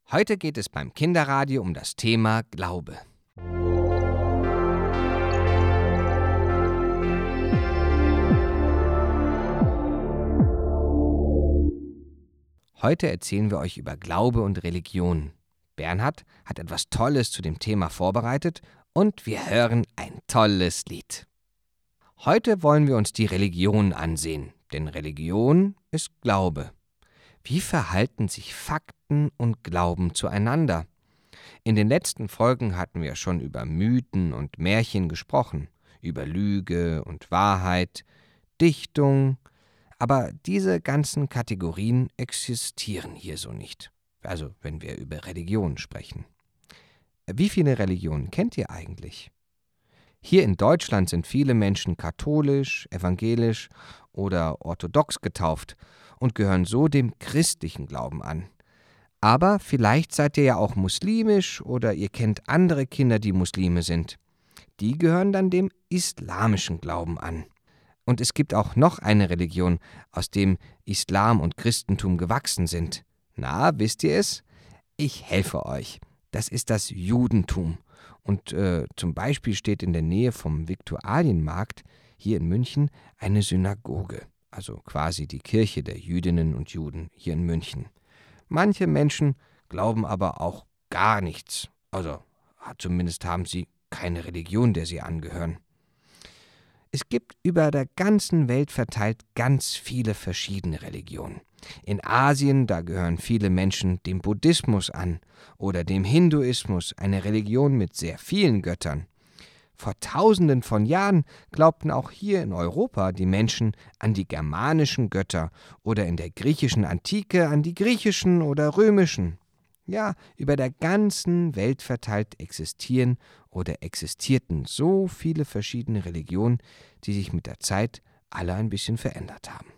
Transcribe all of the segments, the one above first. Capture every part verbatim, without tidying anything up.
Heute geht es beim Kinderradio um das Thema Glaube. Heute erzählen wir euch über Glaube und Religion. Bernhard hat etwas Tolles zu dem Thema vorbereitet und wir hören ein tolles Lied. Heute wollen wir uns die Religion ansehen, denn Religion ist Glaube. Wie verhalten sich Fakten und Glauben zueinander? In den letzten Folgen hatten wir schon über Mythen und Märchen gesprochen, über Lüge und Wahrheit, Dichtung, aber diese ganzen Kategorien existieren hier so nicht, also wenn wir über Religion sprechen. Wie viele Religionen kennt ihr eigentlich? Hier in Deutschland sind viele Menschen katholisch, evangelisch oder orthodox getauft und gehören so dem christlichen Glauben an. Aber vielleicht seid ihr ja auch muslimisch oder ihr kennt andere Kinder, die Muslime sind. Die gehören dann dem islamischen Glauben an. Und es gibt auch noch eine Religion, aus dem Islam und Christentum gewachsen sind. Na, wisst ihr es? Ich helfe euch. Das ist das Judentum. Und äh, zum Beispiel steht in der Nähe vom Viktualienmarkt hier in München eine Synagoge, also quasi die Kirche der Jüdinnen und Juden hier in München. Manche Menschen glauben aber auch gar nichts, also zumindest haben sie keine Religion, der sie angehören. Es gibt über der ganzen Welt verteilt ganz viele verschiedene Religionen. In Asien, da gehören viele Menschen dem Buddhismus an oder dem Hinduismus, eine Religion mit sehr vielen Göttern. Vor Tausenden von Jahren glaubten auch hier in Europa die Menschen an die germanischen Götter oder in der griechischen Antike an die griechischen oder römischen. Ja, über der ganzen Welt verteilt existieren oder existierten so viele verschiedene Religionen, die sich mit der Zeit alle ein bisschen verändert haben.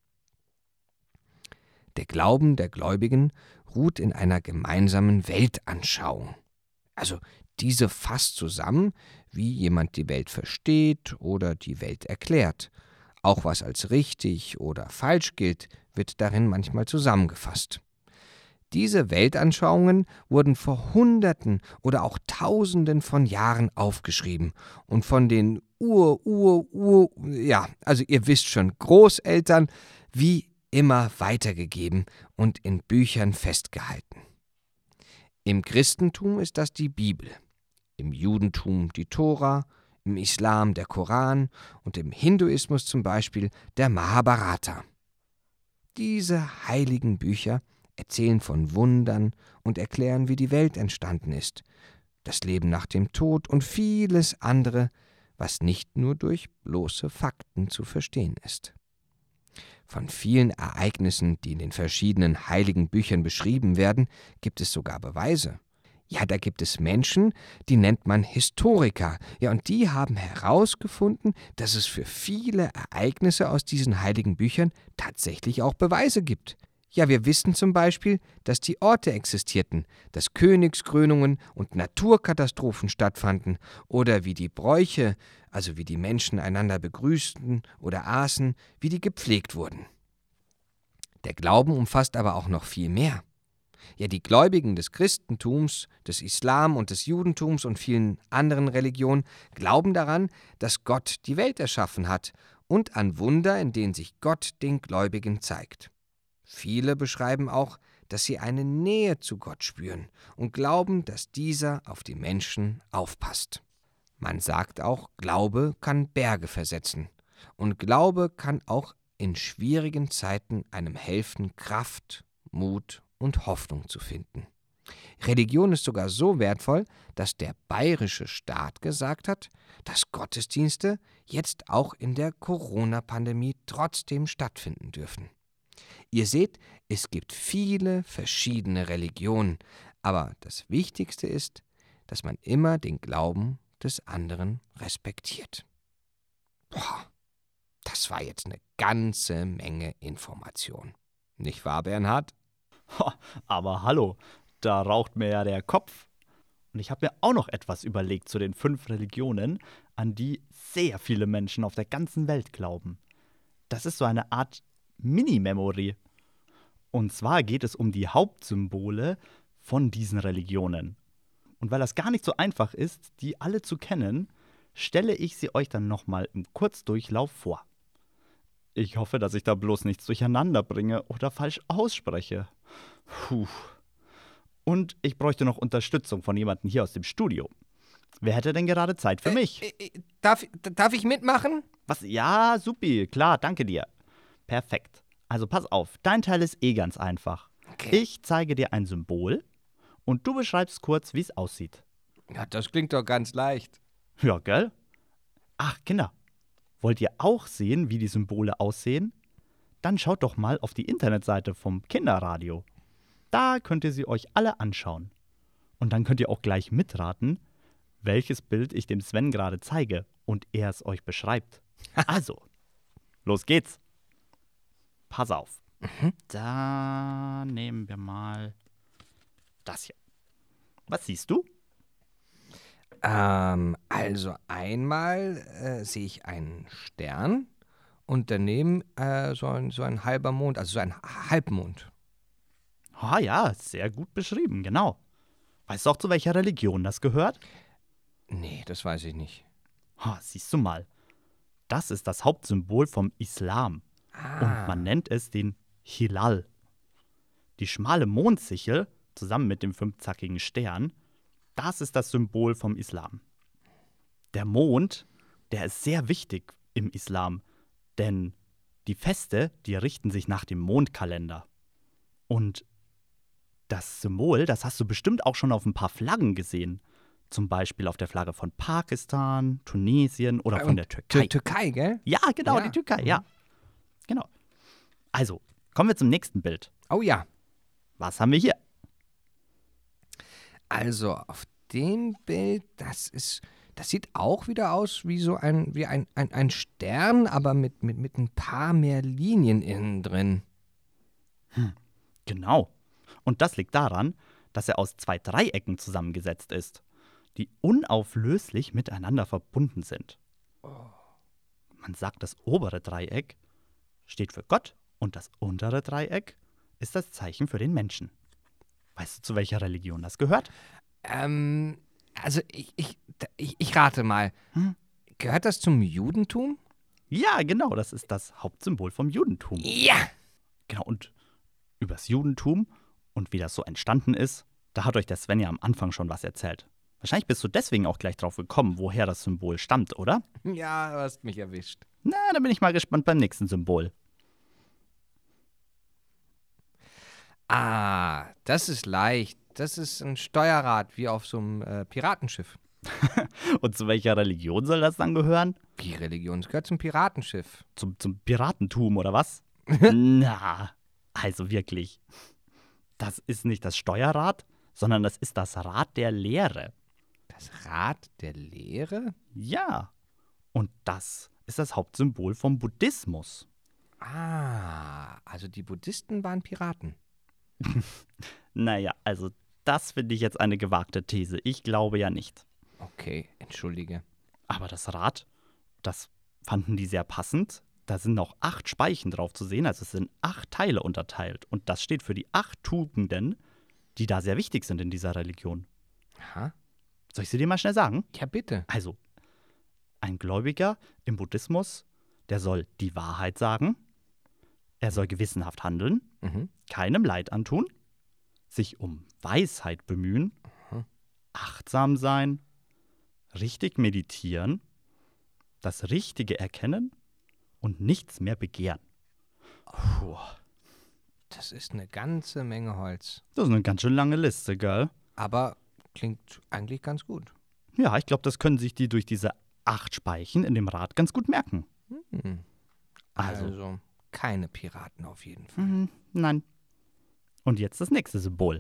Der Glauben der Gläubigen ruht in einer gemeinsamen Weltanschauung. Also diese fasst zusammen, wie jemand die Welt versteht oder die Welt erklärt. Auch was als richtig oder falsch gilt, wird darin manchmal zusammengefasst. Diese Weltanschauungen wurden vor Hunderten oder auch Tausenden von Jahren aufgeschrieben und von den Ur, Ur, Ur, ja, also ihr wisst schon, Großeltern wie immer weitergegeben und in Büchern festgehalten. Im Christentum ist das die Bibel, im Judentum die Tora, im Islam der Koran und im Hinduismus zum Beispiel der Mahabharata. Diese heiligen Bücher erzählen von Wundern und erklären, wie die Welt entstanden ist, das Leben nach dem Tod und vieles andere, was nicht nur durch bloße Fakten zu verstehen ist. Von vielen Ereignissen, die in den verschiedenen heiligen Büchern beschrieben werden, gibt es sogar Beweise. Ja, da gibt es Menschen, die nennt man Historiker. Ja, und die haben herausgefunden, dass es für viele Ereignisse aus diesen heiligen Büchern tatsächlich auch Beweise gibt. Ja, wir wissen zum Beispiel, dass die Orte existierten, dass Königskrönungen und Naturkatastrophen stattfanden oder wie die Bräuche, also wie die Menschen einander begrüßten oder aßen, wie die gepflegt wurden. Der Glauben umfasst aber auch noch viel mehr. Ja, die Gläubigen des Christentums, des Islam und des Judentums und vielen anderen Religionen glauben daran, dass Gott die Welt erschaffen hat und an Wunder, in denen sich Gott den Gläubigen zeigt. Viele beschreiben auch, dass sie eine Nähe zu Gott spüren und glauben, dass dieser auf die Menschen aufpasst. Man sagt auch, Glaube kann Berge versetzen und Glaube kann auch in schwierigen Zeiten einem helfen, Kraft, Mut und Hoffnung zu finden. Religion ist sogar so wertvoll, dass der bayerische Staat gesagt hat, dass Gottesdienste jetzt auch in der Corona-Pandemie trotzdem stattfinden dürfen. Ihr seht, es gibt viele verschiedene Religionen, aber das Wichtigste ist, dass man immer den Glauben des anderen respektiert. Boah, das war jetzt eine ganze Menge Information. Nicht wahr, Bernhard? Aber hallo, da raucht mir ja der Kopf. Und ich habe mir auch noch etwas überlegt zu den fünf Religionen, an die sehr viele Menschen auf der ganzen Welt glauben. Das ist so eine Art Mini-Memory. Und zwar geht es um die Hauptsymbole von diesen Religionen. Und weil das gar nicht so einfach ist, die alle zu kennen, stelle ich sie euch dann nochmal im Kurzdurchlauf vor. Ich hoffe, dass ich da bloß nichts durcheinander bringe oder falsch ausspreche. Puh. Und ich bräuchte noch Unterstützung von jemandem hier aus dem Studio. Wer hätte denn gerade Zeit für mich? Äh, äh, darf, darf ich mitmachen? Was? Ja, supi, klar, danke dir. Perfekt. Also pass auf, dein Teil ist eh ganz einfach. Okay. Ich zeige dir ein Symbol und du beschreibst kurz, wie es aussieht. Ja, das klingt doch ganz leicht. Ja, gell? Ach, Kinder, wollt ihr auch sehen, wie die Symbole aussehen? Dann schaut doch mal auf die Internetseite vom Kinderradio. Da könnt ihr sie euch alle anschauen. Und dann könnt ihr auch gleich mitraten, welches Bild ich dem Sven gerade zeige und er es euch beschreibt. Also, los geht's. Pass auf. Mhm. Da nehmen wir mal das hier. Was siehst du? Ähm, also einmal äh, sehe ich einen Stern und daneben äh, so, ein, so ein halber Mond, also so ein Halbmond. Ah ja, sehr gut beschrieben, genau. Weißt du auch, zu welcher Religion das gehört? Nee, das weiß ich nicht. Ha, siehst du mal. Das ist das Hauptsymbol vom Islam. Ah. Und man nennt es den Hilal. Die schmale Mondsichel, zusammen mit dem fünfzackigen Stern, das ist das Symbol vom Islam. Der Mond, der ist sehr wichtig im Islam, denn die Feste, die richten sich nach dem Mondkalender. Und das Symbol, das hast du bestimmt auch schon auf ein paar Flaggen gesehen. Zum Beispiel auf der Flagge von Pakistan, Tunesien oder von Und der Türkei. Tür- Türkei, gell? Ja, genau, Ja. die Türkei, Mhm. ja. Genau. Also, kommen wir zum nächsten Bild. Oh ja. Was haben wir hier? Also auf dem Bild, das ist, das sieht auch wieder aus wie so ein, wie ein, ein, ein Stern, aber mit, mit, mit ein paar mehr Linien innen drin. Genau. Und das liegt daran, dass er aus zwei Dreiecken zusammengesetzt ist, die unauflöslich miteinander verbunden sind. Man sagt, das obere Dreieck steht für Gott und das untere Dreieck ist das Zeichen für den Menschen. Weißt du, zu welcher Religion das gehört? Ähm, also ich, ich, ich, ich rate mal. Hm? Gehört das zum Judentum? Ja, genau, das ist das Hauptsymbol vom Judentum. Ja. Genau, und übers Judentum und wie das so entstanden ist, da hat euch der Sven ja am Anfang schon was erzählt. Wahrscheinlich bist du deswegen auch gleich drauf gekommen, woher das Symbol stammt, oder? Ja, du hast mich erwischt. Na, da bin ich mal gespannt beim nächsten Symbol. Ah, das ist leicht. Das ist ein Steuerrad, wie auf so einem äh, Piratenschiff. Und zu welcher Religion soll das dann gehören? Wie Religion? Das gehört zum Piratenschiff. Zum, zum Piratentum oder was? Na, also wirklich. Das ist nicht das Steuerrad, sondern das ist das Rad der Lehre. Das Rad der Lehre? Ja. Und das ist das Hauptsymbol vom Buddhismus. Ah, also die Buddhisten waren Piraten. Naja, also das finde ich jetzt eine gewagte These. Ich glaube ja nicht. Okay, entschuldige. Aber das Rad, das fanden die sehr passend. Da sind noch acht Speichen drauf zu sehen, also es sind acht Teile unterteilt. Und das steht für die acht Tugenden, die da sehr wichtig sind in dieser Religion. Aha. Soll ich sie dir mal schnell sagen? Ja, bitte. Also, ein Gläubiger im Buddhismus, der soll die Wahrheit sagen, er soll gewissenhaft handeln, Mhm. keinem Leid antun, sich um Weisheit bemühen, Mhm. achtsam sein, richtig meditieren, das Richtige erkennen und nichts mehr begehren. Puh, Das ist eine ganze Menge Holz. das ist eine ganz schön lange Liste, gell? Aber klingt eigentlich ganz gut. Ja, ich glaube, das können sich die durch diese acht Speichen in dem Rad ganz gut merken. Hm. Also, Also keine Piraten auf jeden Fall. mhm, nein. Und jetzt das nächste Symbol.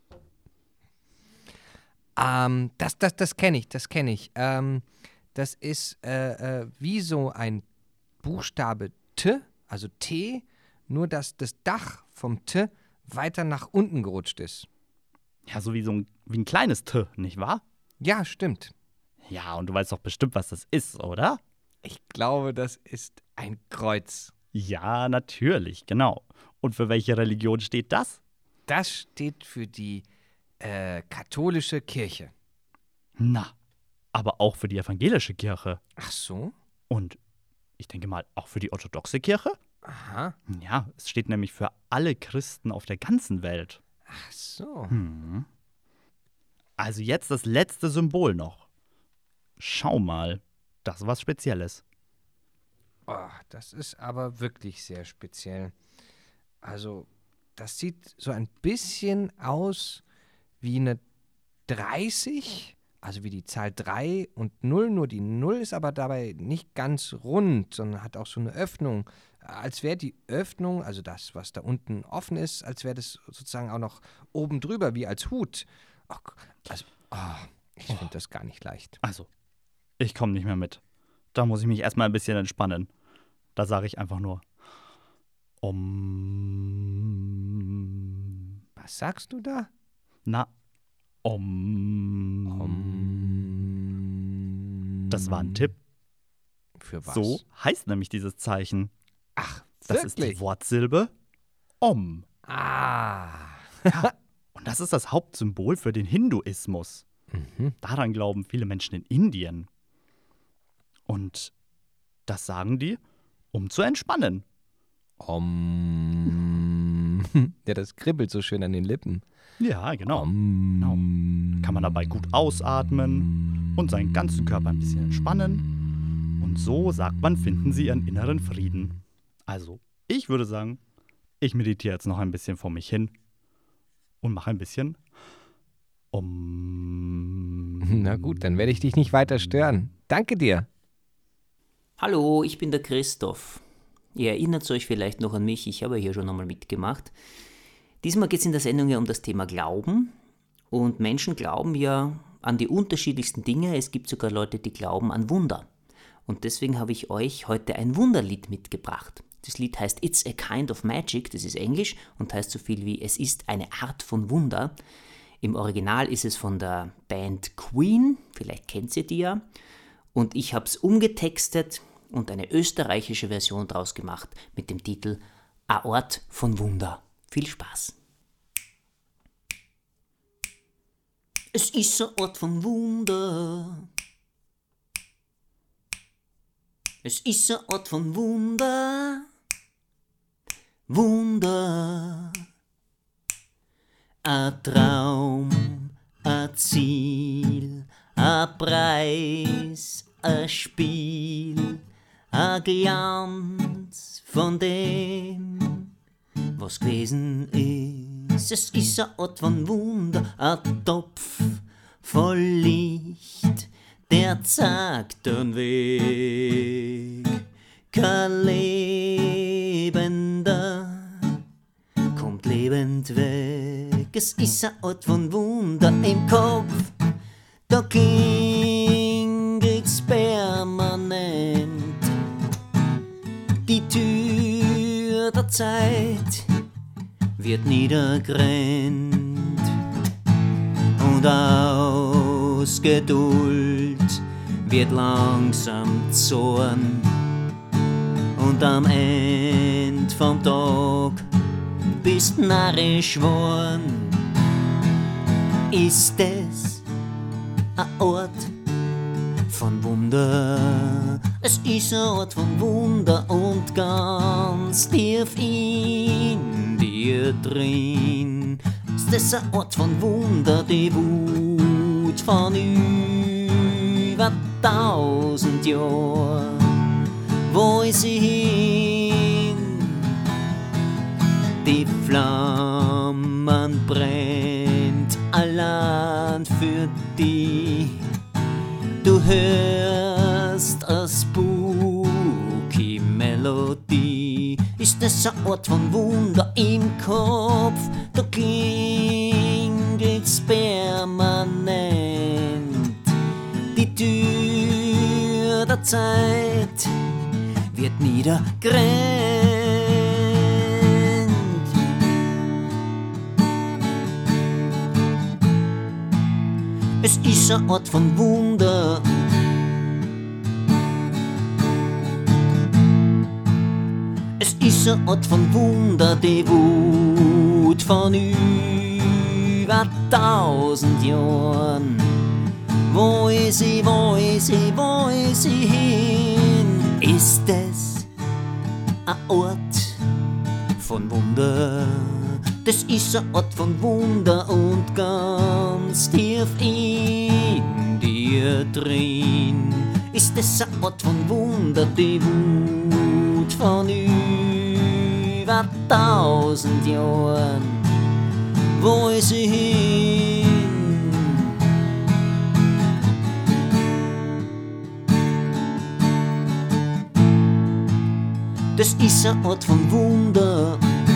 Ähm, das das, das kenne ich, das kenne ich. Ähm, das ist äh, äh, wie so ein Buchstabe T, also T, nur dass das Dach vom T weiter nach unten gerutscht ist. Ja, so wie so ein, wie ein kleines T, nicht wahr? Ja, stimmt. Ja, und du weißt doch bestimmt, was das ist, oder? Ich glaube, das ist ein Kreuz. Ja, natürlich, genau. Und für welche Religion steht das? Das steht für die Äh, katholische Kirche. Na, aber auch für die evangelische Kirche. Ach so? Und ich denke mal auch für die orthodoxe Kirche? Aha. Ja, es steht nämlich für alle Christen auf der ganzen Welt. Ach so. Hm. Also jetzt das letzte Symbol noch. Schau mal, das ist was Spezielles. Oh, das ist aber wirklich sehr speziell. Also, das sieht so ein bisschen aus wie eine dreißig, also wie die Zahl drei und null, nur die null ist aber dabei nicht ganz rund, sondern hat auch so eine Öffnung. Als wäre die Öffnung, also das, was da unten offen ist, als wäre das sozusagen auch noch oben drüber, wie als Hut. Oh, also, oh, ich finde das gar nicht leicht. Also, ich komme nicht mehr mit. Da muss ich mich erstmal ein bisschen entspannen. Da sage ich einfach nur Om. Was sagst du da? Na, Om. Om. Das war ein Tipp. Für was? So heißt nämlich dieses Zeichen. Ach, Das wirklich? ist die Wortsilbe Om. Ah. Ja, und das ist das Hauptsymbol für den Hinduismus. Mhm. Daran glauben viele Menschen in Indien. Und das sagen die, um zu entspannen. Om. Ja, das kribbelt so schön an den Lippen. Ja, genau. Om. Genau. Kann man dabei gut ausatmen und seinen ganzen Körper ein bisschen entspannen. Und so, sagt man, finden sie ihren inneren Frieden. Also, ich würde sagen, ich meditiere jetzt noch ein bisschen vor mich hin und mache ein bisschen Om. Na gut, dann werde ich dich nicht weiter stören. Danke dir. Hallo, ich bin der Christoph. Ihr erinnert euch vielleicht noch an mich, ich habe hier schon einmal mitgemacht. Diesmal geht es in der Sendung ja um das Thema Glauben. Und Menschen glauben ja an die unterschiedlichsten Dinge. Es gibt sogar Leute, die glauben an Wunder. Und deswegen habe ich euch heute ein Wunderlied mitgebracht. Das Lied heißt It's a Kind of Magic, das ist Englisch und heißt so viel wie Es ist eine Art von Wunder. Im Original ist es von der Band Queen, vielleicht kennt ihr die ja. Und ich habe es umgetextet und eine österreichische Version draus gemacht mit dem Titel A Ort von Wunder. Viel Spaß! Es ist ein Ort von Wunder. Es ist ein Ort von Wunder. Wunder. Ein Traum, ein Ziel, ein Preis, ein Spiel, ein Glanz von dem, was gewesen ist. Es ist ein Ort von Wunder, ein Topf voll Licht, der zeigt den Weg. Kein Lebender kommt lebend weg. Es ist ein Ort von Wunder im Kopf, da klingelt's permanent. Die Tür der Zeit wird niedergerennt und aus Geduld wird langsam Zorn und am End vom Tag bist narrisch worn. Ist es ein Ort von Wunder? Es ist ein Ort von Wunder und ganz tief in dir drin ist es ein Ort von Wunder, die Wut von über tausend Jahren. Wo ist sie hin? Die Flammen brennt allein für dich. Du hörst a spooky Melodie. Ist es ein Ort von Wunder im Kopf? Da klingelt's permanent. Die Tür der Zeit wird niedergerennt. Es ist ein Ort von Wunder. Es ist ein Ort von Wunder, die Wut von über über tausend Jahren. Wo ist sie, wo ist sie, wo ist sie hin? Ist es ein Ort von Wunder? Das ist ein Ort von Wunder und ganz tief in dir drin ist es ein Ort von Wunder, die Wut von über tausend Jahren. Wo ist sie hin? Das ist ein Ort von Wunder.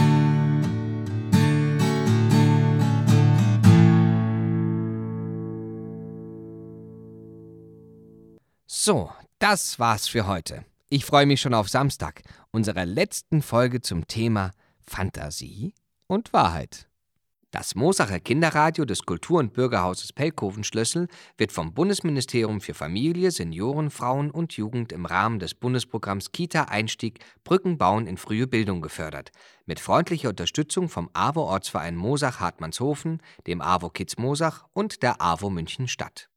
So, das war's für heute. Ich freue mich schon auf Samstag, unserer letzten Folge zum Thema Fantasie und Wahrheit. Das Moosacher Kinderradio des Kultur- und Bürgerhauses Pelkoven-Schlössel wird vom Bundesministerium für Familie, Senioren, Frauen und Jugend im Rahmen des Bundesprogramms Kita-Einstieg Brücken bauen in frühe Bildung gefördert, mit freundlicher Unterstützung vom A W O-Ortsverein Moosach-Hartmannshofen, dem A W O Kids Moosach und der A W O München Stadt.